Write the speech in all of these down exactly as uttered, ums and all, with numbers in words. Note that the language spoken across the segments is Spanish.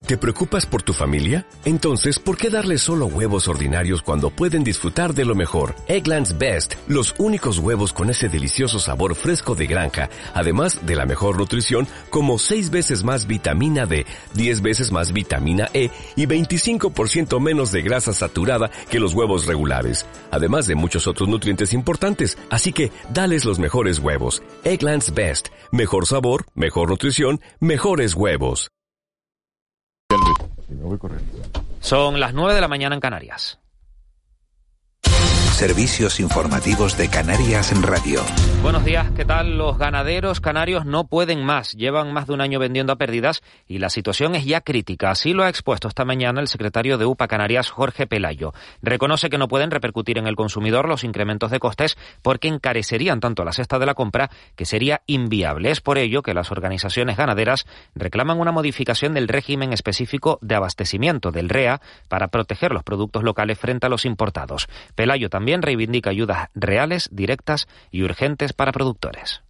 ¿Te preocupas por tu familia? Entonces, ¿por qué darles solo huevos ordinarios cuando pueden disfrutar de lo mejor? Eggland's Best, los únicos huevos con ese delicioso sabor fresco de granja, además de la mejor nutrición, como seis veces más vitamina D, diez veces más vitamina E y veinticinco por ciento menos de grasa saturada que los huevos regulares, además de muchos otros nutrientes importantes. Así que, dales los mejores huevos. Eggland's Best, mejor sabor, mejor nutrición, mejores huevos. Son las nueve de la mañana en Canarias. Servicios informativos de Canarias en Radio. Buenos días, ¿qué tal? Los ganaderos canarios no pueden más. Llevan más de un año vendiendo a pérdidas y la situación es ya crítica. Así lo ha expuesto esta mañana el secretario de U P A Canarias, Jorge Pelayo. Reconoce que no pueden repercutir en el consumidor los incrementos de costes porque encarecerían tanto la cesta de la compra que sería inviable. Es por ello que las organizaciones ganaderas reclaman una modificación del régimen específico de abastecimiento del R E A para proteger los productos locales frente a los importados. Pelayo también reivindica ayudas reales, directas y urgentes para productores.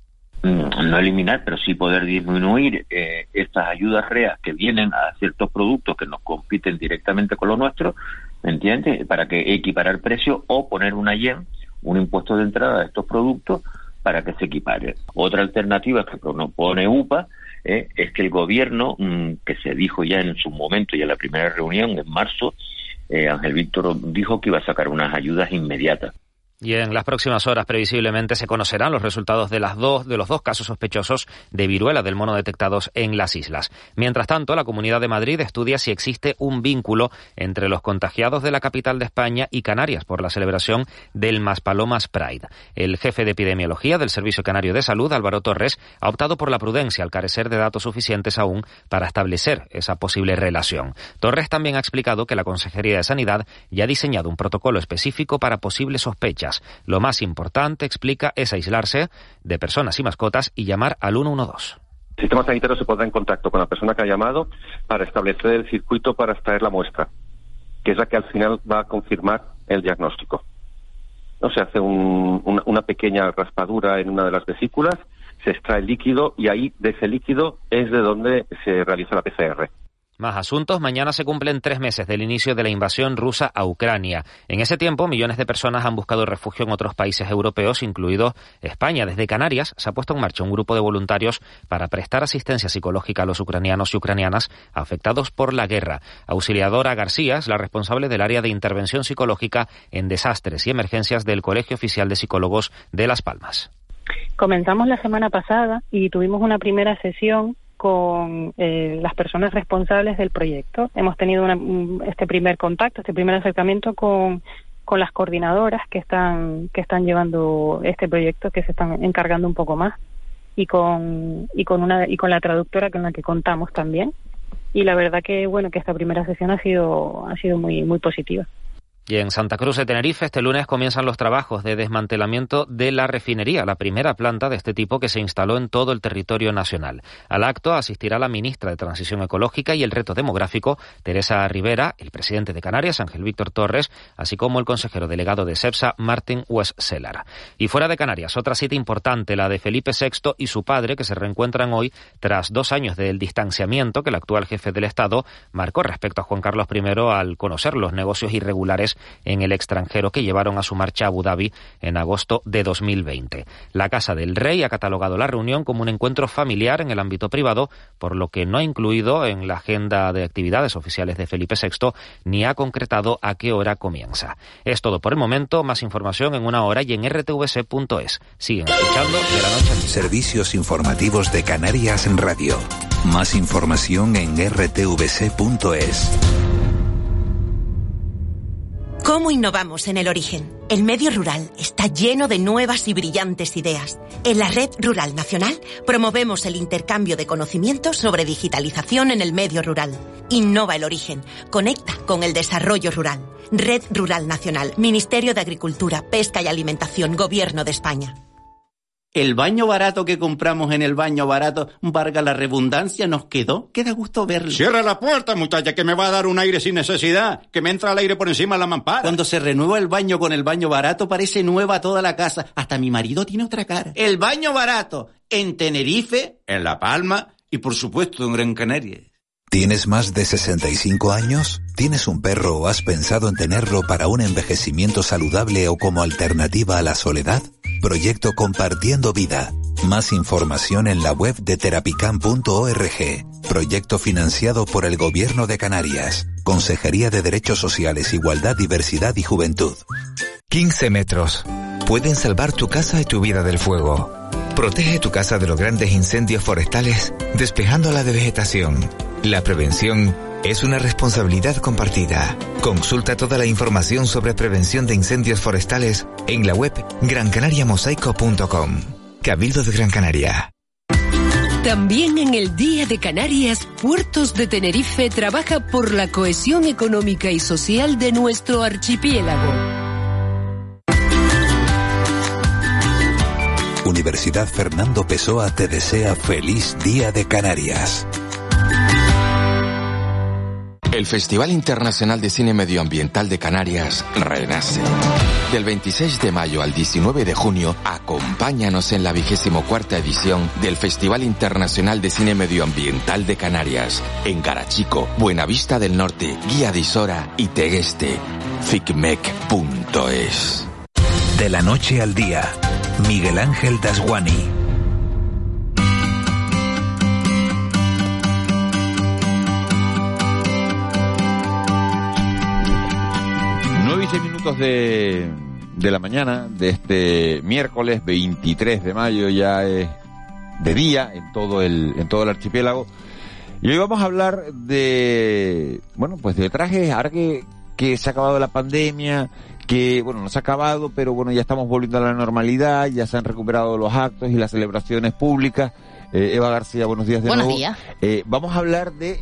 No eliminar, pero sí poder disminuir eh, estas ayudas reales que vienen a ciertos productos que nos compiten directamente con los nuestros, ¿me entiendes? Para que equiparar precio o poner una I E M, un impuesto de entrada de estos productos para que se equipare. Otra alternativa que propone U P A eh, es que el gobierno, mmm, que se dijo ya en su momento, ya en la primera reunión en marzo, Eh, Ángel Víctor dijo que iba a sacar unas ayudas inmediatas. Y en las próximas horas previsiblemente se conocerán los resultados de las dos de los dos casos sospechosos de viruela del mono detectados en las islas. Mientras tanto, la Comunidad de Madrid estudia si existe un vínculo entre los contagiados de la capital de España y Canarias por la celebración del Maspalomas Pride. El jefe de epidemiología del Servicio Canario de Salud, Álvaro Torres, ha optado por la prudencia al carecer de datos suficientes aún para establecer esa posible relación. Torres también ha explicado que la Consejería de Sanidad ya ha diseñado un protocolo específico para posibles sospechas. Lo más importante, explica, es aislarse de personas y mascotas y llamar al uno uno dos. El sistema sanitario se pondrá en contacto con la persona que ha llamado para establecer el circuito para extraer la muestra, que es la que al final va a confirmar el diagnóstico. No se hace un, una, una pequeña raspadura en una de las vesículas, se extrae el líquido y ahí de ese líquido es de donde se realiza la P C R. Más asuntos. Mañana se cumplen tres meses del inicio de la invasión rusa a Ucrania. En ese tiempo, millones de personas han buscado refugio en otros países europeos, incluido España. Desde Canarias se ha puesto en marcha un grupo de voluntarios para prestar asistencia psicológica a los ucranianos y ucranianas afectados por la guerra. Auxiliadora García es la responsable del área de intervención psicológica en desastres y emergencias del Colegio Oficial de Psicólogos de Las Palmas. Comenzamos la semana pasada y tuvimos una primera sesión con eh, las personas responsables del proyecto. Hemos tenido una, este primer contacto, este primer acercamiento con, con las coordinadoras que están que están llevando este proyecto, que se están encargando un poco más, y con y con una y con la traductora con la que contamos también. Y la verdad que bueno que esta primera sesión ha sido ha sido muy muy positiva. Y en Santa Cruz de Tenerife este lunes comienzan los trabajos de desmantelamiento de la refinería, la primera planta de este tipo que se instaló en todo el territorio nacional. Al acto asistirá la ministra de Transición Ecológica y el Reto Demográfico, Teresa Rivera, el presidente de Canarias, Ángel Víctor Torres, así como el consejero delegado de CEPSA, Martin Westseller. Y fuera de Canarias, otra cita importante, la de Felipe sexto y su padre, que se reencuentran hoy tras dos años del distanciamiento que el actual jefe del Estado marcó respecto a Juan Carlos primero al conocer los negocios irregulares en el extranjero que llevaron a su marcha a Abu Dhabi en agosto de dos mil veinte. La Casa del Rey ha catalogado la reunión como un encuentro familiar en el ámbito privado, por lo que no ha incluido en la agenda de actividades oficiales de Felipe sexto ni ha concretado a qué hora comienza. Es todo por el momento. Más información en una hora y en r t v c punto es. Siguen escuchando de la noche. Servicios informativos de Canarias en Radio. Más información en r t v c punto es. ¿Cómo innovamos en el origen? El medio rural está lleno de nuevas y brillantes ideas. En la Red Rural Nacional promovemos el intercambio de conocimientos sobre digitalización en el medio rural. Innova el origen. Conecta con el desarrollo rural. Red Rural Nacional. Ministerio de Agricultura, Pesca y Alimentación. Gobierno de España. El baño barato que compramos en el baño barato, valga la redundancia, nos quedó. Queda gusto verlo. Cierra la puerta, muchacha, que me va a dar un aire sin necesidad. Que me entra el aire por encima de la mampara. Cuando se renueva el baño con el baño barato, parece nueva toda la casa. Hasta mi marido tiene otra cara. El baño barato, en Tenerife, en La Palma y por supuesto en Gran Canaria. ¿Tienes más de sesenta y cinco años? ¿Tienes un perro o has pensado en tenerlo para un envejecimiento saludable o como alternativa a la soledad? Proyecto Compartiendo Vida. Más información en la web de terapicam punto org. Proyecto financiado por el Gobierno de Canarias. Consejería de Derechos Sociales, Igualdad, Diversidad y Juventud. quince metros. Pueden salvar tu casa y tu vida del fuego. Protege tu casa de los grandes incendios forestales, despejándola de vegetación. La prevención es una responsabilidad compartida. Consulta toda la información sobre prevención de incendios forestales en la web gran canaria mosaico punto com. Cabildo de Gran Canaria. También en el Día de Canarias, Puertos de Tenerife trabaja por la cohesión económica y social de nuestro archipiélago. Universidad Fernando Pessoa te desea feliz Día de Canarias. El Festival Internacional de Cine Medioambiental de Canarias renace. Del veintiséis de mayo al diecinueve de junio, acompáñanos en la vigésimo cuarta edición del Festival Internacional de Cine Medioambiental de Canarias, en Garachico, Buenavista del Norte, Guía de Isora y Tegueste. ficmec punto es. De la noche al día, Miguel Ángel Dasguani. nueve y seis minutos de, de la mañana de este miércoles veintitrés de mayo, ya es de día en todo el, en todo el archipiélago. Y hoy vamos a hablar de, bueno, pues de trajes, ahora que, que se ha acabado la pandemia, que, bueno, no se ha acabado, pero bueno, ya estamos volviendo a la normalidad, ya se han recuperado los actos y las celebraciones públicas. Eh, Eva García, buenos días de buenos nuevo. Días. Eh, vamos a hablar de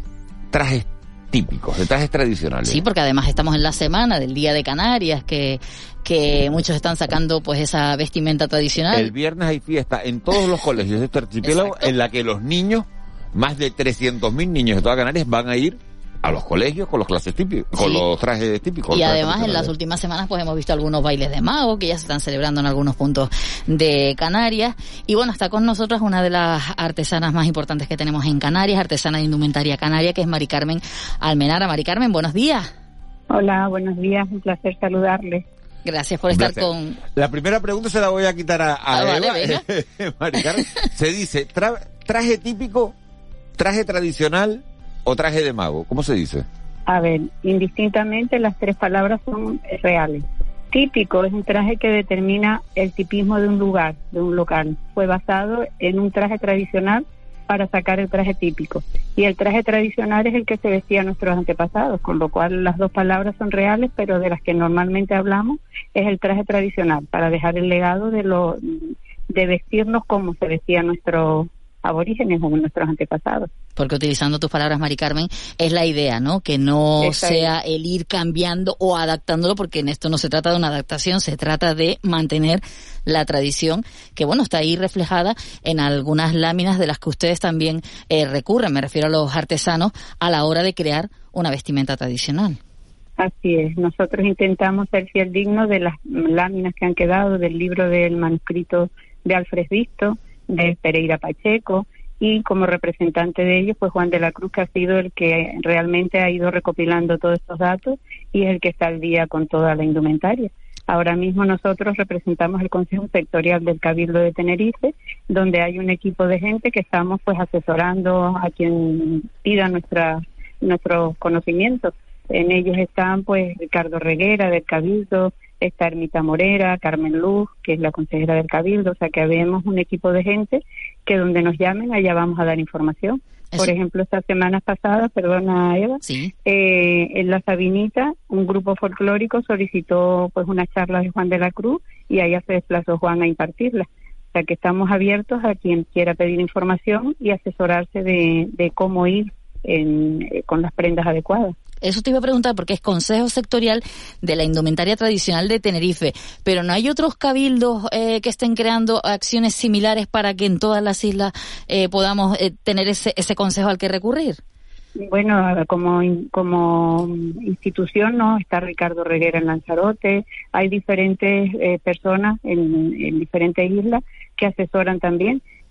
trajes típicos, de trajes tradicionales. Sí, porque además estamos en la semana del Día de Canarias, que que muchos están sacando pues esa vestimenta tradicional. El viernes hay fiesta en todos los colegios de este archipiélago. Exacto. En la que los niños, más de trescientos mil niños de toda Canarias, van a ir a los colegios con los clases típicos, con sí. los trajes típicos. Y además en las últimas semanas pues hemos visto algunos bailes de mago que ya se están celebrando en algunos puntos de Canarias. Y bueno, está con nosotros una de las artesanas más importantes que tenemos en Canarias, artesana de indumentaria canaria, que es Mari Carmen Almenara. Mari Carmen, buenos días. Hola, buenos días, un placer saludarles. Gracias por estar con... La primera pregunta se la voy a quitar a, a ah, Eva. Vale, Mari Carmen, se dice tra- traje típico, traje tradicional o traje de mago. ¿Cómo se dice? A ver, indistintamente las tres palabras son reales. Típico es un traje que determina el tipismo de un lugar, de un local. Fue basado en un traje tradicional para sacar el traje típico. Y el traje tradicional es el que se vestían nuestros antepasados, con lo cual las dos palabras son reales, pero de las que normalmente hablamos es el traje tradicional, para dejar el legado de lo de vestirnos como se vestían nuestros aborígenes o nuestros antepasados. Porque utilizando tus palabras, Mari Carmen, es la idea, ¿no? Que no Esa sea es. el ir cambiando o adaptándolo, porque en esto no se trata de una adaptación, se trata de mantener la tradición, que bueno, está ahí reflejada en algunas láminas de las que ustedes también eh, recurren, me refiero a los artesanos, a la hora de crear una vestimenta tradicional. Así es, nosotros intentamos ser fiel dignos de las láminas que han quedado del libro del manuscrito de Alfred Visto, de Pereira Pacheco, y como representante de ellos, pues Juan de la Cruz, que ha sido el que realmente ha ido recopilando todos estos datos y es el que está al día con toda la indumentaria. Ahora mismo nosotros representamos el Consejo Sectorial del Cabildo de Tenerife, donde hay un equipo de gente que estamos pues asesorando a quien pida nuestra, nuestros conocimientos. En ellos están pues Ricardo Reguera del Cabildo, está Ermita Morera, Carmen Luz, que es la consejera del Cabildo, o sea que habemos un equipo de gente que donde nos llamen, allá vamos a dar información. Eso. Por ejemplo, estas semanas pasadas, perdona Eva, sí. eh, en La Sabinita, un grupo folclórico solicitó pues una charla de Juan de la Cruz y allá se desplazó Juan a impartirla. O sea que estamos abiertos a quien quiera pedir información y asesorarse de, de cómo ir en, eh, con las prendas adecuadas. Eso te iba a preguntar porque es Consejo Sectorial de la Indumentaria Tradicional de Tenerife, pero ¿no hay otros cabildos eh, que estén creando acciones similares para que en todas las islas eh, podamos eh, tener ese, ese consejo al que recurrir? Bueno, como como institución no está Ricardo Reguera en Lanzarote, hay diferentes eh, personas en, en diferentes islas que asesoran también,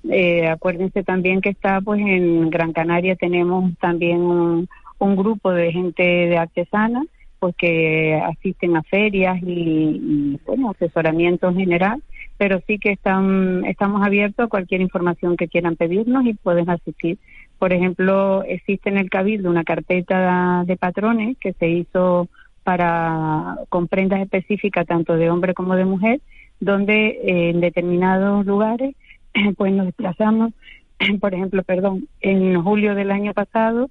eh, acuérdense también que está, pues en Gran Canaria tenemos también un, un grupo de gente de artesana, pues que asisten a ferias y, y bueno, asesoramiento en general, pero sí que están, estamos abiertos a cualquier información que quieran pedirnos y pueden asistir. Por ejemplo, existe en el Cabildo una carpeta de patrones que se hizo para con prendas específicas tanto de hombre como de mujer, donde eh, en determinados lugares pues nos desplazamos. Por ejemplo, perdón, en julio del año pasado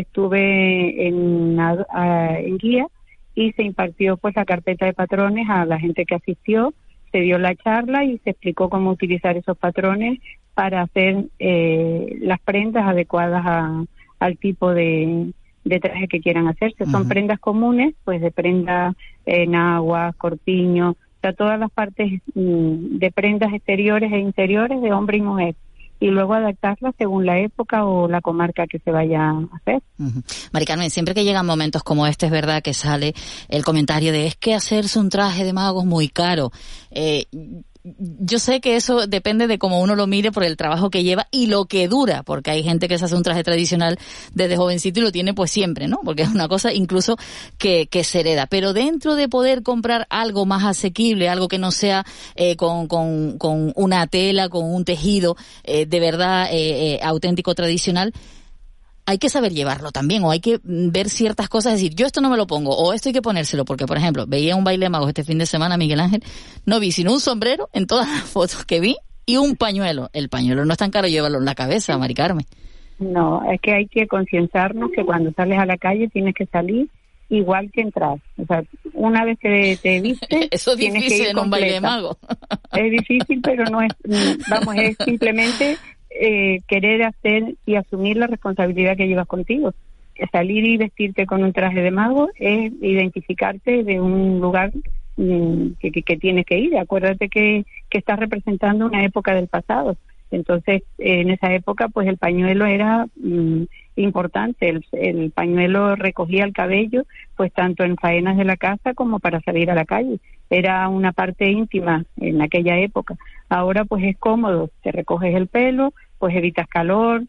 estuve en, a, en Guía y se impartió pues la carpeta de patrones a la gente que asistió, se dio la charla y se explicó cómo utilizar esos patrones para hacer eh, las prendas adecuadas a, al tipo de, de traje que quieran hacerse. Uh-huh. Son prendas comunes, pues de prendas en agua, corpiño, o sea, todas las partes mm, de prendas exteriores e interiores de hombre y mujer, y luego adaptarlas según la época o la comarca que se vaya a hacer. Uh-huh. Mari Carmen, siempre que llegan momentos como este, es verdad que sale el comentario de es que hacerse un traje de mago es muy caro. Eh, yo sé que eso depende de cómo uno lo mire por el trabajo que lleva y lo que dura, porque hay gente que se hace un traje tradicional desde jovencito y lo tiene pues siempre, ¿no? Porque es una cosa incluso que, que se hereda. Pero dentro de poder comprar algo más asequible, algo que no sea eh, con, con, con una tela, con un tejido eh, de verdad eh, eh, auténtico, tradicional, hay que saber llevarlo también, o hay que ver ciertas cosas, decir, yo esto no me lo pongo, o esto hay que ponérselo, porque, por ejemplo, veía un baile de magos este fin de semana, Miguel Ángel, no vi sino un sombrero en todas las fotos que vi, y un pañuelo. El pañuelo no es tan caro llevarlo en la cabeza, Mari Carmen. No, es que hay que concienciarnos que cuando sales a la calle tienes que salir igual que entrar. O sea, una vez que te viste, eso es tienes difícil que ir en un completa. baile de mago. Es difícil, pero no es, vamos, es simplemente eh, querer hacer y asumir la responsabilidad que llevas contigo. Salir y vestirte con un traje de mago es identificarte de un lugar mm, que, que, que tienes que ir. Acuérdate que, que estás representando una época del pasado. Entonces, eh, en esa época, pues el pañuelo era mm, importante. El, el pañuelo recogía el cabello, pues tanto en faenas de la casa como para salir a la calle. Era una parte íntima en aquella época. Ahora, pues es cómodo. Te recoges el pelo, pues evitas calor.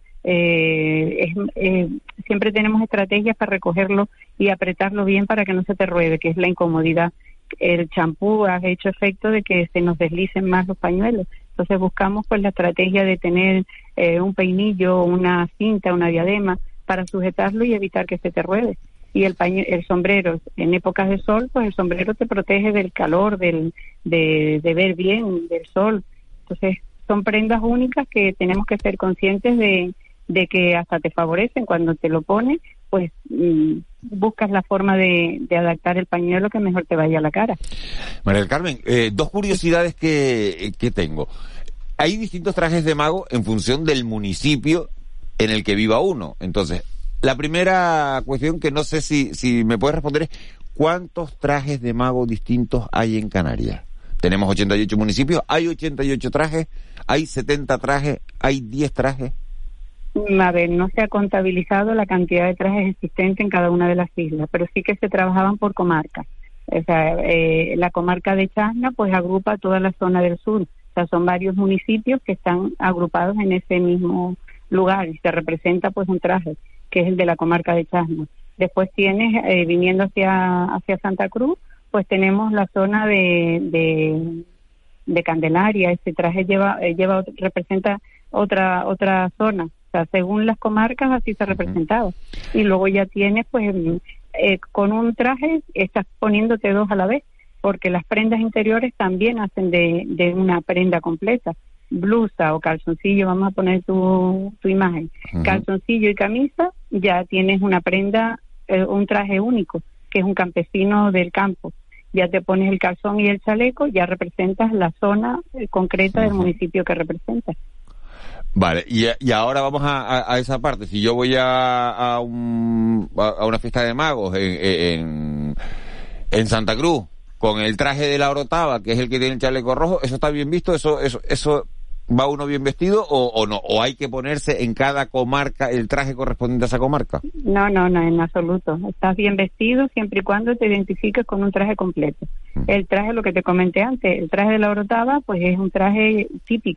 Eh, es, eh, siempre tenemos estrategias para recogerlo y apretarlo bien para que no se te ruede, que es la incomodidad. El champú ha hecho efecto de que se nos deslicen más los pañuelos. Entonces buscamos pues la estrategia de tener eh, un peinillo, una cinta, una diadema para sujetarlo y evitar que se te ruede. Y el paño, el sombrero, en épocas de sol, pues el sombrero te protege del calor, del de, de ver bien, del sol. Entonces son prendas únicas que tenemos que ser conscientes de, de que hasta te favorecen cuando te lo pones, pues mmm, buscas la forma de, de adaptar el pañuelo que mejor te vaya a la cara. María del Carmen, eh, dos curiosidades que, que tengo. Hay distintos trajes de mago en función del municipio en el que viva uno. Entonces, la primera cuestión que no sé si, si me puedes responder es ¿cuántos trajes de mago distintos hay en Canarias? Tenemos ochenta y ocho municipios, ¿hay ochenta y ocho trajes? ¿Hay setenta trajes? ¿Hay diez trajes? A ver, no se ha contabilizado la cantidad de trajes existentes en cada una de las islas, pero sí que se trabajaban por comarca. O sea, eh, la comarca de Chasna pues agrupa toda la zona del sur. O sea, son varios municipios que están agrupados en ese mismo lugar y se representa pues un traje, que es el de la comarca de Chasna. Después tienes, eh, viniendo hacia hacia Santa Cruz, pues tenemos la zona de de, de Candelaria. Ese traje lleva eh, lleva representa otra otra zona. O sea, según las comarcas así se representaba. Y luego ya tienes, pues, eh, con un traje estás poniéndote dos a la vez, porque las prendas interiores también hacen de, de una prenda completa. Blusa o calzoncillo, vamos a poner tu, tu imagen. Uh-huh. Calzoncillo y camisa, ya tienes una prenda, eh, un traje único, que es un campesino del campo. Ya te pones el calzón y el chaleco, ya representas la zona eh, concreta uh-huh. del municipio que representas. Vale, y, y ahora vamos a, a, a esa parte. Si yo voy a, a, un, a, a una fiesta de magos en, en, en Santa Cruz, con el traje de la Orotava, que es el que tiene el chaleco rojo, ¿eso está bien visto? ¿Eso eso eso va uno bien vestido o, o no? ¿O hay que ponerse en cada comarca el traje correspondiente a esa comarca? No, no, no, en absoluto. Estás bien vestido siempre y cuando te identifiques con un traje completo. Mm. El traje, lo que te comenté antes, el traje de la Orotava, pues es un traje típico.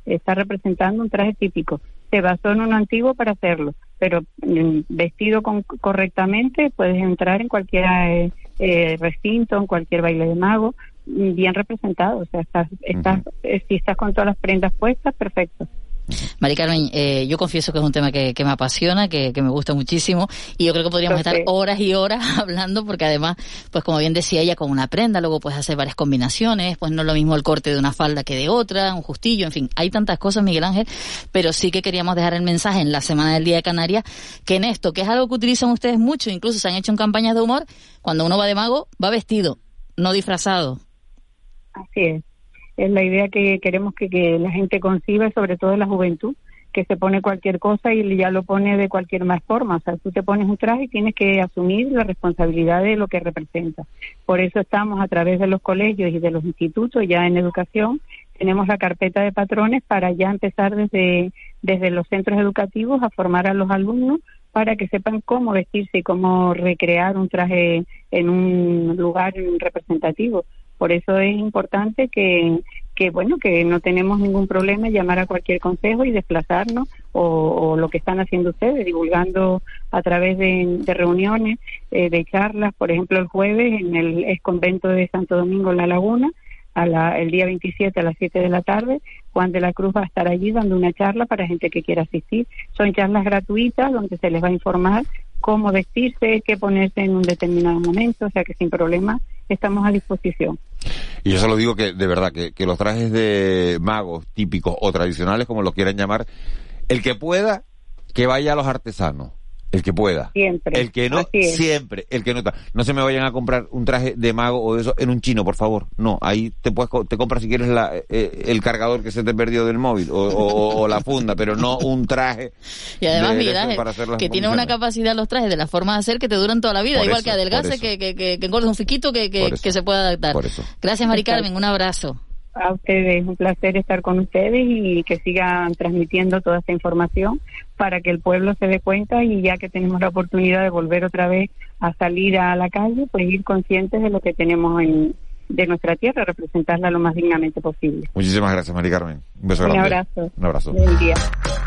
está representando un traje típico. Se basó en uno antiguo para hacerlo, pero mm, vestido con, correctamente puedes entrar en cualquier eh, eh, recinto, en cualquier baile de mago, bien representado. O sea, estás, estás, uh-huh. eh, si estás con todas las prendas puestas, perfecto. Mari Carmen, eh, yo confieso que es un tema que, que me apasiona, que, que me gusta muchísimo, y yo creo que podríamos Entonces, estar horas y horas hablando, porque además, pues como bien decía ella, con una prenda luego puedes hacer varias combinaciones, pues no es lo mismo el corte de una falda que de otra, un justillo, en fin, hay tantas cosas, Miguel Ángel, pero sí que queríamos dejar el mensaje en la Semana del Día de Canarias, que en esto, que es algo que utilizan ustedes mucho, incluso se han hecho en campañas de humor, cuando uno va de mago, va vestido, no disfrazado. Así es. Es la idea que queremos que, que la gente conciba, sobre todo la juventud, que se pone cualquier cosa y ya lo pone de cualquier más forma. O sea, tú te pones un traje y tienes que asumir la responsabilidad de lo que representa. Por eso estamos a través de los colegios y de los institutos, ya en educación, tenemos la carpeta de patrones para ya empezar desde, desde los centros educativos a formar a los alumnos para que sepan cómo vestirse y cómo recrear un traje en un lugar representativo. Por eso es importante que, que bueno, que no tenemos ningún problema en llamar a cualquier consejo y desplazarnos, o, o lo que están haciendo ustedes, divulgando a través de, de reuniones, eh, de charlas. Por ejemplo, el jueves en el ex convento de Santo Domingo en La Laguna, a la, el día veintisiete a las siete de la tarde, Juan de la Cruz va a estar allí dando una charla para gente que quiera asistir. Son charlas gratuitas donde se les va a informar cómo vestirse, qué ponerse en un determinado momento, o sea que sin problema estamos a disposición. Y yo solo digo que, de verdad, que, que los trajes de magos típicos o tradicionales, como lo quieran llamar, el que pueda, que vaya a los artesanos. El que pueda. Siempre. El que no, siempre. El que no está. No se me vayan a comprar un traje de mago o de eso en un chino, por favor. No, ahí te puedes, te compras si quieres la, eh, el cargador que se te perdió del móvil o, o, o la funda, pero no un traje. Y además, mira, que tienen una capacidad los trajes de la forma de hacer que te duran toda la vida. Por Igual eso, que adelgace, que, que, que, que engordes un fiquito, que, que, que se pueda adaptar. Gracias, Mari Carmen. Un abrazo. A ustedes, un placer estar con ustedes y que sigan transmitiendo toda esta información para que el pueblo se dé cuenta, y ya que tenemos la oportunidad de volver otra vez a salir a la calle, pues ir conscientes de lo que tenemos en, de nuestra tierra, representarla lo más dignamente posible. Muchísimas gracias, Mari Carmen. Un beso Un grande. abrazo. Un abrazo. Buen día.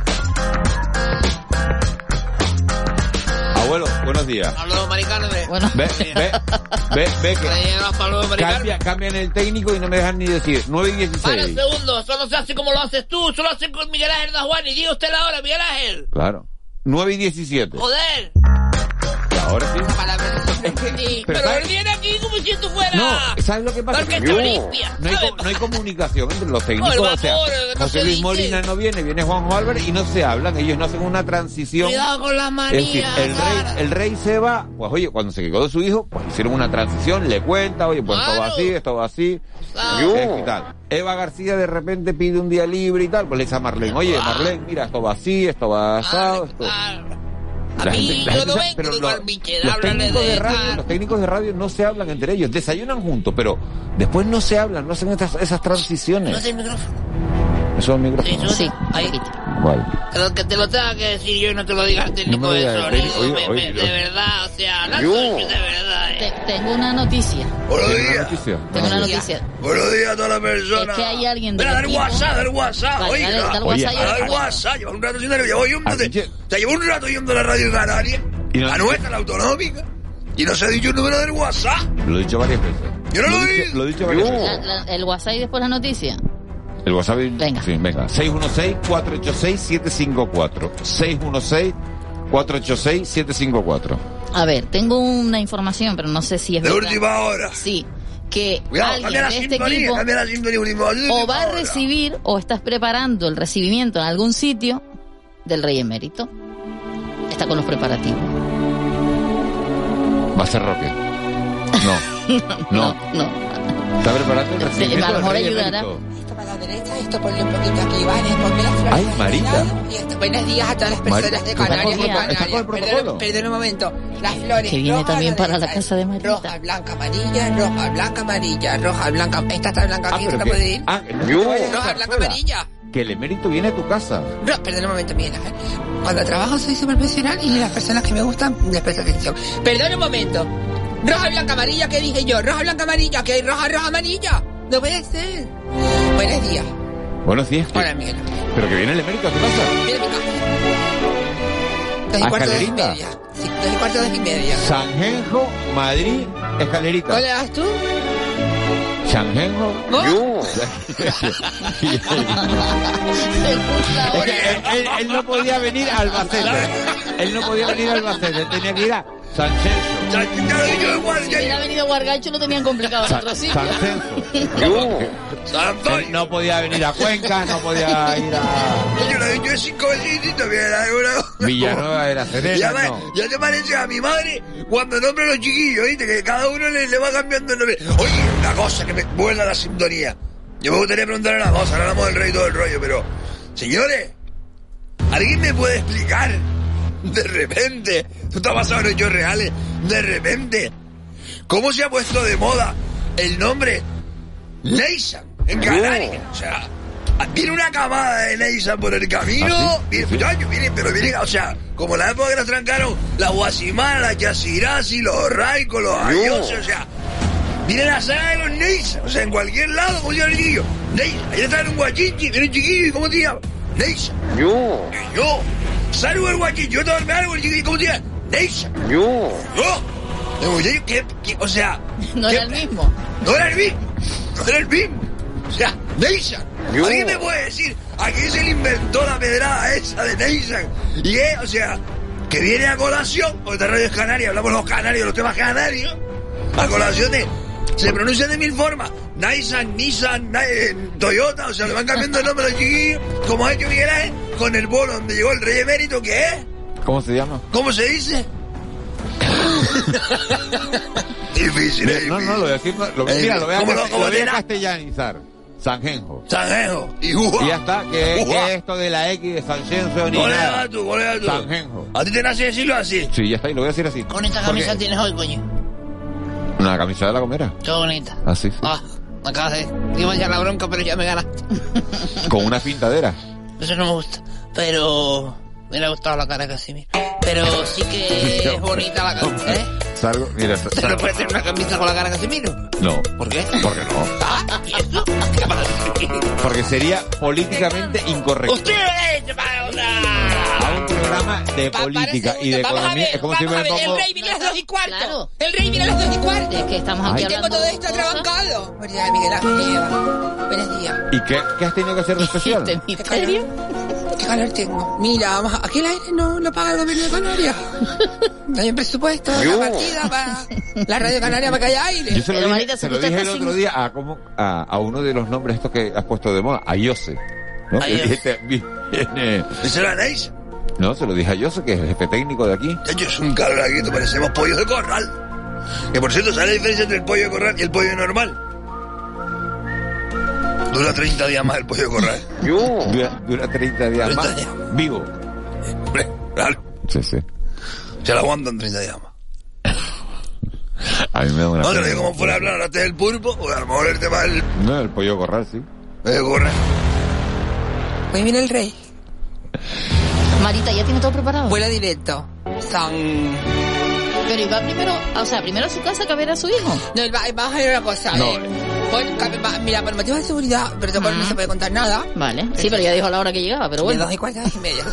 Abuelo, buenos días. Saludos, Mari Carmen. Bueno. Ve, ve, ve, ve que cambia, cambian el técnico y no me dejan ni decir. nueve y dieciséis. Para un segundo, eso no se hace como lo haces tú, eso lo hace con Miguel Ángel da Juan, y diga usted la hora, Miguel Ángel. Claro. nueve y diecisiete. Joder. Y ahora sí. Es que, sí, pero pero él viene aquí como si tú fuera. No, ¿sabes lo que pasa? Porque no, limpia, no, hay, no hay comunicación entre los técnicos. No, o sea, vapor, no José Luis dice. Molina no viene, viene Juanjo Álvarez y no se hablan, ellos no hacen una transición. Cuidado con las manías. Es decir, el rey, el rey se va, pues oye, cuando se quedó de su hijo, pues hicieron una transición, le cuenta, oye, pues claro. Esto va así, esto va así. Claro. Y tal. Eva García de repente pide un día libre y tal, pues le dice a Marlene, oye, Marlene, mira, esto va así, esto va asado, esto... A La mí, gente, la yo gente no sabe, vengo pero de lo- Gualmiche, los, háblale técnicos de de radio, tal. los técnicos de radio no se hablan entre ellos, desayunan juntos, pero después no se hablan, no hacen estas, esas transiciones. No sé el micrófono. Eso es el micrófono. Sí, ahí. Vale. Pero que te lo tenga que decir yo y no te lo diga el técnico No me de digas el sonido. técnico, me- oye, me- oye, de verdad, o sea, hablando Yo. de verdad. Eh. Te- tengo una noticia. Buenos ¿Tiene una días. noticia? Tengo una Ah, noticia. Buenos días a toda la persona. Es que hay alguien Mira, del del equipo- WhatsApp, del WhatsApp, Vale, oiga. dale, dale Oye, WhatsApp y yo Al te cuento. WhatsApp, lleva un rato yendo, llevo yendo, Ah, de, pinche. o sea, llevo un rato yendo a la radio canaria, Y no- a nuestra, la autonómica, y no se ha dicho el número del WhatsApp. Lo he dicho varias veces. Yo no lo he vi. dicho, lo he dicho varias La- veces. la- el WhatsApp y después la noticia. El WhatsApp. Venga. Sí, venga. seis uno seis, cuatro ocho seis, siete cinco cuatro. seis uno seis, cuatro ocho seis, siete cinco cuatro. A ver, tengo una información, pero no sé si es De verdad. última hora. Sí, que Cuidado, alguien cambia la de este sintonía, equipo cambia la sintonía, última hora, de o última va a hora. recibir o estás preparando el recibimiento en algún sitio del Rey Emérito. Está con los preparativos. Va a ser Roque. No. No. No. ¿Está preparando el Sí, recibimiento? a lo del mejor Rey ayudará. Emérito? Esto para la derecha, esto ponle un poquito aquí, ¿vale? Ponme las flores. Ay, Marita. Y esto, buenos días a todas las personas Marita, de ¿está Canarias. con y el pro- Canarias. está con el Perdón, protocolo? perdón un momento. Las flores. Que viene roja a también para la derecha. casa de Marita. Roja, blanca, amarilla, roja, blanca, amarilla, roja, blanca. Esta está blanca Ah, aquí, pero esta que- puede ir. ah, que no te vayas a Roja, dejar blanca, sola. amarilla. Que el emérito viene a tu casa. No, perdón un momento, Miguel Ángel. Cuando trabajo soy súper profesional y las personas que me gustan les presto atención. Perdón un momento. Roja, blanca, amarilla, ¿qué dije yo? Roja, blanca, amarilla, que hay roja, roja, amarilla. No puede ser. Buenos días. Bueno, sí, es que... Hola, Miguel. Pero que viene el emérito a tu casa. Viene a mi casa. Dos y ¿A cuarto, dos y Escalerita? media. Sí, dos y cuarto, dos y media. Sanjenjo, Madrid, Escalerita. ¿Cuál le das tú? Sanjenjo. Yo. Es que él, él, él no podía venir a Albacete. Él no podía venir a Albacete. Tenía que ir a Sanjenjo. Si hubiera venido a Guargacho lo tenían complicado en otro sitio. Sanjenjo. Él no podía venir a Cuenca, no podía ir a... Yo lo he dicho cinco veces y todavía era una... Villanueva de la Serena, ya, me, no. ya te parece a mi madre cuando nombra a los chiquillos, ¿viste? Que cada uno le, le va cambiando el nombre. Oye, una cosa que me vuelva la sintonía. Yo me gustaría preguntarle una cosa, ahora hablamos del rey y todo el rollo, pero... Señores, ¿alguien me puede explicar? De repente, esto está basado en hechos reales, de repente, ¿cómo se ha puesto de moda el nombre Neysan en Canarias? O sea, viene una camada de Neysan por el camino, ¿Ah, sí? viene, Sí. coño, viene, pero viene, o sea, como la época que nos trancaron la Guasimara, la Yasirasi, los Raicos, los Ayose, o sea, viene la saga de los Neysan, o sea, en cualquier lado, como dice el chiquillo, Neysan, ahí está en un guachinchi, viene un chiquillo, ¿y cómo te llamas? Neysan. Yo. Yo. Salgo el guachinchi, yo tomarme algo, el chiquillo, ¿cómo te llamas? Neysan. Yo. Yo. El muchacho, ¿qué, qué, o sea... No ¿qué? era el mismo. No era el mismo. No era el mismo. O sea, Neysan. Yo. ¿Alguien me puede decir a quién se le inventó la pedrada esa de Neysan? Y es, o sea, que viene a colación, porque esta radio es canaria, hablamos los canarios, los temas canarios, a colación de... Se pronuncia de mil formas. Nissan, Nissan, eh, Toyota, o sea, le van cambiando el nombre a los chiquillos, como ha hecho Miguel Ángel, con el bolo donde llegó el rey emérito, ¿qué es? ¿Cómo se llama? ¿Cómo se dice? Difícil, es No, no, lo voy a decir, lo, Eh, mira, lo voy a, ¿cómo lo- cast- cómo lo voy a será? castellanizar. Sanjenjo. Sanjenjo. Y ujua. Y ya está, que, Ujua. que esto de la X de Sanjenjo ni ¿Cómo le nada. das tú? ¿Cómo le das tú? Sanjenjo. ¿A ti te nace decirlo así? Sí, ya está, y lo voy a decir así. Con esta Porque- camisa tienes hoy, coño. Una camisa de la Gomera. Qué bonita. Así, sí. Ah, me acabas de... Iba a echar la bronca, pero ya me ganaste. Con una pintadera. Eso no me gusta. Pero... Me ha gustado la cara de Casimiro. Pero sí que es bonita la camisa, ¿eh? Salgo, mira, ¿Te salgo. no puedes tener una camisa con la cara de Casimiro? No. ¿Por qué? ¿Por qué no? Ah, ¿y eso? ¿Qué pasa? Porque sería políticamente incorrecto. ¡Usted lo dice para una... A un programa de política y de Vamos a economía. ver, Es como si vamos a me ver, el pongo... rey viene a las dos y cuarto. Claro. El rey viene a las dos y cuarto. Es que estamos aquí Ay. Tengo hablando todo de esto cosas. atrabancado. Buenos días, Miguel Ángel. Lleva. Buenos días. ¿Y qué, qué has tenido que hacer de especial? ¿Este misterio? ¿Qué calor tengo? Mira, vamos a... aquí el aire no lo paga el gobierno de Canarias. No hay un presupuesto, Yo. la partida para la radio Canaria para que haya aire. Yo se lo Pero, dije, Marita, se si lo usted dije el está otro sin- día a, como, a, a uno de los nombres estos que has puesto de moda, a Yose. ¿No? Que Ayose. dijiste, viene- ¿Ese era Neysan? no, se lo dije a Yose, que es el jefe técnico de aquí. De hecho, es un calor aquí, te parecemos pollos de corral. Que por cierto, ¿sabes la diferencia entre el pollo de corral y el pollo normal? Dura treinta días más el pollo de corral. Dura, dura treinta días treinta más. días. Vivo. Hombre, claro, Sí, sí. se la aguantan treinta días más. A mí me da una No te lo pena. digo como fuera a hablar ahora del pulpo, o a lo mejor el tema del No, el pollo corral, sí. pollo de corral. Hoy viene el rey. Marita, ¿ya tiene todo preparado? Vuela directo. Son... Pero iba primero, o sea, primero a su casa que a ver a su hijo. No, va- vamos a ver una cosa, No. ¿eh? Por- ca- va- mira, por motivos de seguridad, protocolo no se puede contar nada. Vale. Sí, pero ya dijo a la hora que llegaba, pero De bueno. dos y cuarto a dos y media.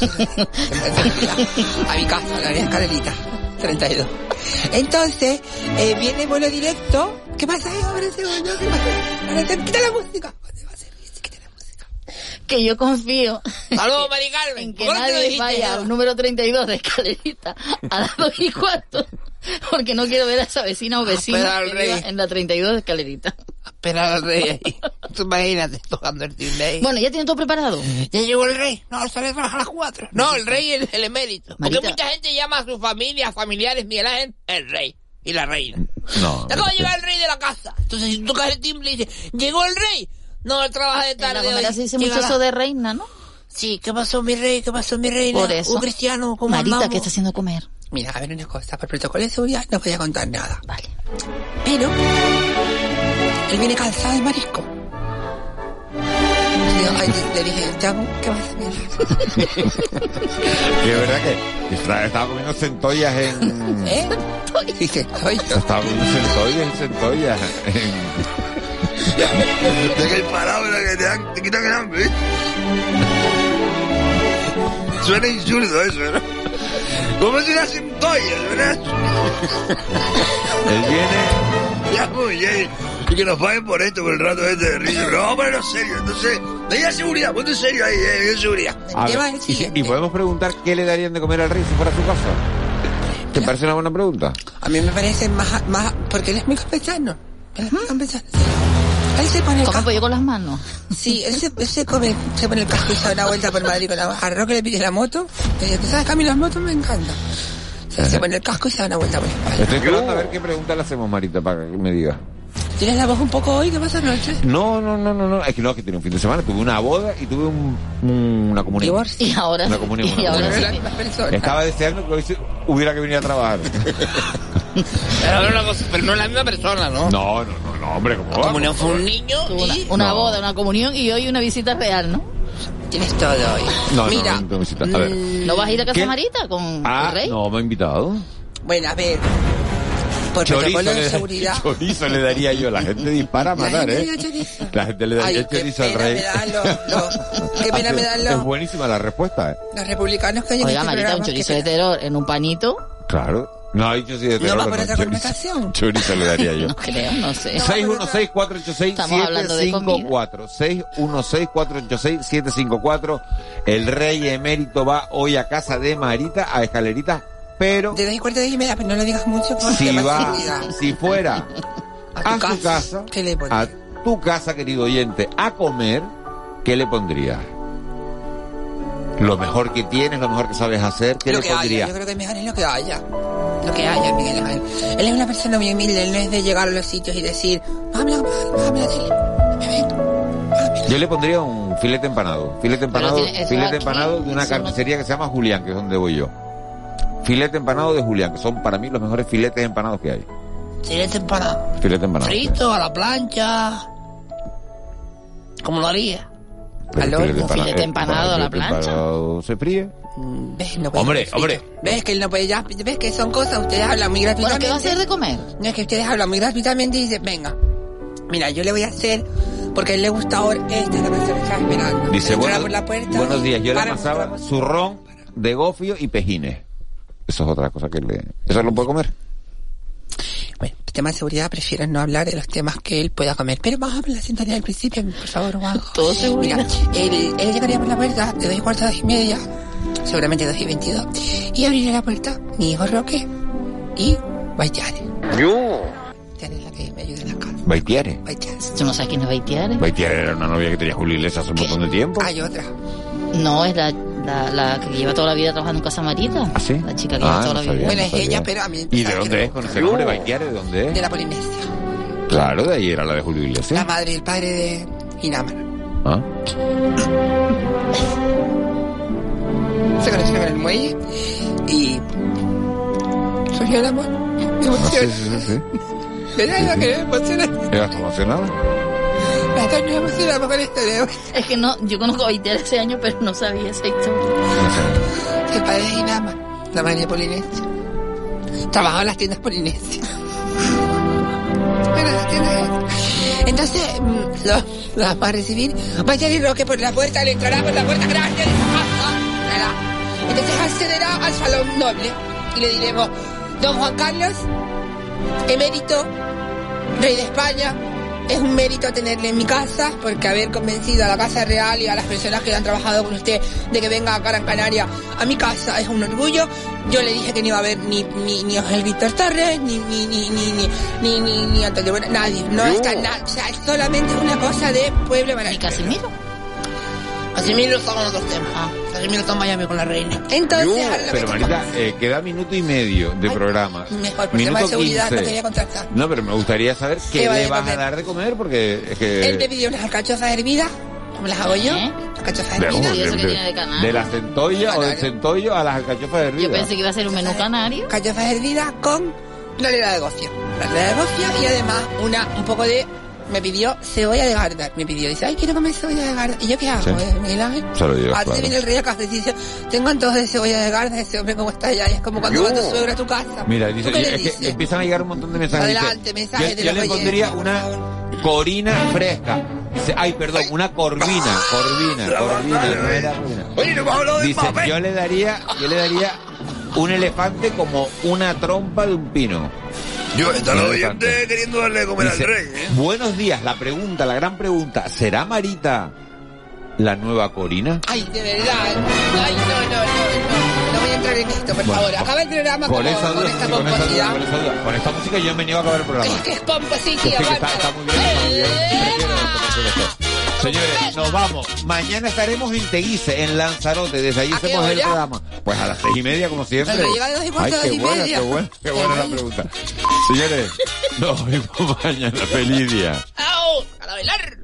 A mi casa, a la vía Escalerita. treinta y dos. Entonces, eh, viene vuelo directo. ¿Qué pasa ahí? Ahora segundo, ¿qué pasa? Ahora se quita la música. ¿Dónde va a ser? Se quita la música. Que yo confío Saludos, Mari Carmen. en que ¿Por qué no te lo nadie dijiste vaya yo? al número treinta y dos de Escalerita a las dos y cuarto, porque no quiero ver a esa vecina o vecino Espera al que rey. viva en la treinta y dos de Escalerita. Esperar al rey ahí. Tú imagínate tocando el timbre. Bueno, ¿ya tiene todo preparado? ¿Ya llegó el rey? No, sale a trabajar a las cuatro. No, el rey es el emérito. Porque Marita. mucha gente llama a sus familias, familiares, Miguel Ángel, el rey y la reina. No. Acaba de llegar el rey de la casa. Entonces, si tú tocas el timbre y dices, ¿llegó el rey? No, él trabaja de En la tarde Gomera hoy. se dice mucho Llegará. eso de reina, ¿no? Sí, ¿qué pasó, mi rey? ¿Qué pasó, mi reina? Por eso. Un cristiano, ¿cómo Marita, andamos? ¿qué está haciendo comer? Mira, a ver una cosa. Por protocolo de seguridad no voy a contar nada. Vale. Pero él viene cansado de marisco. Y yo, ay, le dije, Chamu, ¿qué vas a hacer? Que es verdad que estaba, estaba comiendo centollas en... ¿Eh? Dije, oye, Estaba comiendo centollas y centollas en... De que hay palabras que te, dan, te quitan el hambre, ¿eh? Suena insulto eso, ¿no? Como si una centolla, ¿verdad? Él viene... Ya, muy bien. Y que nos paguen por esto, por el rato este de risa. Pero vamos a ponernos serio. Entonces, de la seguridad, ponte serio ahí, eh, en seguridad. A ver, y, y podemos preguntar qué le darían de comer al rey si fuera a su casa. ¿Te parece una buena pregunta? A mí me parece más... más porque él es muy campechano. Él es muy campechano. Él se pone el ¿Cómo casco. pollo con las manos? Sí, él se, él se come, se pone el casco y se da una vuelta por Madrid con la arroz que le pide la moto. Y tú sabes que a mí las motos me encantan. O sea, se pone el casco y se da una vuelta por España. Estoy esperando a ver qué pregunta le hacemos, Marita, para que me diga. ¿Tienes la voz un poco hoy? ¿Qué pasa anoche? No, no, no, no, no. Es que no, es que tiene un fin de semana. Tuve una boda y tuve un, un, una comunión. Divorcio. Y ahora Una sí. comunión. Y Una ahora comunión. sí. Estaba deseando que hoy se- hubiera que venir a trabajar. Pero, no, una cosa- pero no es la misma persona, ¿no? No, no, no, no, hombre, ¿cómo La va? comunión fue un niño Una, y... una No. boda, una comunión y hoy una visita real, ¿no? Tienes todo hoy. No, Mira, no, no, no, visita. A ver. ¿No vas a ir a Casa ¿Qué? Marita con Ah, el rey? no, me ha invitado. bueno, a ver. Por protocolo de le, seguridad. chorizo le daría yo. La gente dispara a La matar, gente ¿eh? le da chorizo. La gente le daría Ay, qué chorizo al pena rey. me dan los, los- qué pena me dan Es los, buenísima la respuesta, ¿eh? los republicanos que hay en Oiga, este Marita, programa. un chorizo qué de pena. terror en un panito. Claro. No ha dicho si de ¿No terror va o por otra chorizo. conversación? Chorizo le daría yo. No creo, no sé. seis uno seis, cuatro ocho seis, Estamos siete hablando de cinco cuatro. seis uno seis, cuatro ocho seis, siete cinco cuatro. El rey emérito va hoy a casa de Marita, a Escalerita, pero De dos y cuarto de diez y media, pero no lo digas mucho por si temas de va, seguridad. si fuera A tu a su casa, casa, ¿qué le pones? a tu casa, querido oyente, a comer, ¿qué le pondrías? Lo mejor que tienes, lo mejor que sabes hacer, ¿qué Lo le que haya, pondrías? yo creo que mejor es lo que haya. Lo que haya, Miguel Ángel. Él es una persona muy humilde, él no es de llegar a los sitios y decir, bájame la, bájame la tele, me ven. Yo le pondría un filete empanado. Filete empanado, tiene- eso filete aquí, empanado de una eso no- carnicería que se llama Julián, que es donde voy yo. Filete empanado de Julián, que son para mí los mejores filetes empanados que hay. Filete empanado. Filete empanado. Frito, a la plancha. ¿Cómo lo haría? Pero al el horno, empana- filete el empanado a la filete plancha. empanado se fríe. ¿Ves? No puede Hombre, ser hombre. frito. ¿Ves que él no puede ya? ¿Ves que son cosas? Ustedes hablan muy Bueno, gratuitamente. ¿qué va a hacer de comer? No, es que ustedes hablan muy gratuitamente y dicen, venga, mira, yo le voy a hacer, porque a él le gusta ahora, esta es la persona que estaba esperando. Dice, Entra bueno, por la puerta, buenos días, yo le para, amasaba para, zurrón de gofio y pejines. Eso es otra cosa que le... ¿Eso lo puede comer? Bueno, el tema de seguridad prefiero no hablar de los temas que él pueda comer. Pero vamos a ver la sintonía del principio, por favor, Juanjo. Todo seguridad. Mira, él, él llegaría por la puerta de dos y cuarto a dos y media, seguramente dos y veintidós, y abriría la puerta mi hijo Roque y Baitiare. Yo. Tiane es la que me ayuda en la casa. Baitiare. Baitiare. ¿Tú no sabes quién es Baitiare? Baitiare era una novia que tenía Julio Iglesias hace un montón de tiempo. Hay otra. No, es la, la, la que lleva toda la vida trabajando en Casa Marita. ¿Ah, sí? La chica que Ah, lleva toda no la sabía, vida. Bueno, no es sabía. ella, pero a mí... ¿Y de ¿sabes dónde qué? es con ese nombre? ¿Baitiare de dónde De es? la Polinesia. Claro, de ahí era la de Julio La Iglesias. madre y el padre de Inamar. ¿Ah? Se conocieron en el muelle y surgió el amor. Me Ah, sí, emociona. sí, sí. ¿Verdad? Lo que me emociona. ¿Eras emocionado? Las dos nos emocionamos con esto de hoy. Es que no, yo conozco a Baitiare hace años, pero no sabía esa historia. El padre de Inamar, la madre de Polinesia. Trabajaba en las tiendas Polinesia. Bueno, las tiendas... Entonces, mm, lo, lo vamos a recibir. Vaya y Roque por la puerta, le entrará por la puerta grande de su casa. ¿Verdad? Entonces accederá al salón noble y le diremos, don Juan Carlos, emérito, rey de España, es un mérito tenerle en mi casa, porque haber convencido a la Casa Real y a las personas que han trabajado con usted de que venga a Gran Canaria a mi casa es un orgullo. Yo le dije que no iba a haber ni ni ni Ángel Víctor Torres, ni ni ni ni ni ni ni, ni Antonio Buena, nadie, no Yo. está nada, o sea, es solamente una cosa de pueblo para ¿Y Casimiro? Casimiro está con otros temas. Ah, Casimiro está en Miami con la reina. Entonces, ahora lo Pero que- Marita, eh, queda minuto y medio de programa. mejor, por tema de seguridad no quince. quería contrastar. No, pero me gustaría saber ¿Qué qué va le a vas comer? a dar de comer, porque es que... Él me pidió unas alcachofas hervidas, como las hago yo, ¿Eh? alcachofas de, hervidas. ¿Y eso que tiene de canario? de la centolla o del Canario. centollo a las alcachofas Yo hervidas. pensé que iba a ser un menú canario. Alcachofas hervidas con rolera de gofio. Rolera de gofio y además una, un poco de... Me pidió cebolla de Gardar. Me pidió, dice, ay, quiero comer cebolla de Gardar. ¿Y yo qué hago, Sí. eh, Miguel Ángel? Se lo digo, Antes claro. viene el rey a casa y dice, tengo antojos de cebolla de Gardar, ese hombre como está allá. Y es como cuando Yo. va tu suegro a tu casa. Mira, ¿Tú dice, qué le es que dices? empiezan a llegar un montón de mensajes. Adelante, Dice, mensajes yo, de yo los le pondría oyentes, por una, favor. Corina fresca. Se- Ay, perdón, una corvina, corvina, corvina, no era corvina. Oye, no hemos hablado de Dice, papel. yo le daría, yo le daría un elefante como una trompa de un pino. Yo, están Un los elefante. oyentes queriendo darle de comer Dice, al rey, ¿eh? buenos días, la pregunta, la gran pregunta, ¿será Marita la nueva Corina? Ay, de verdad. Ay, no, no, no, no. No voy a entrar en esto, por Bueno, favor. Acaba el programa Con con, esa con duda, esta sí, con esa duda, pomposidad. con esa duda. Con esta música yo me niego a acabar el programa. Es que es Que pomposilla, sí, que Marta. está, está muy bien, está muy bien. Prefiero esto, prefiero esto. Señores, nos vamos. Mañana estaremos en Teguise, en Lanzarote. Desde allí ¿A qué hacemos el hora? programa. Pues a las seis y media, como siempre. Pero llega a las dos y cuarto, Ay, dos qué y buena, media. qué buena, qué buena la pregunta. Señores, nos vemos mañana. Feliz día. ¡Au! ¡A la bailar!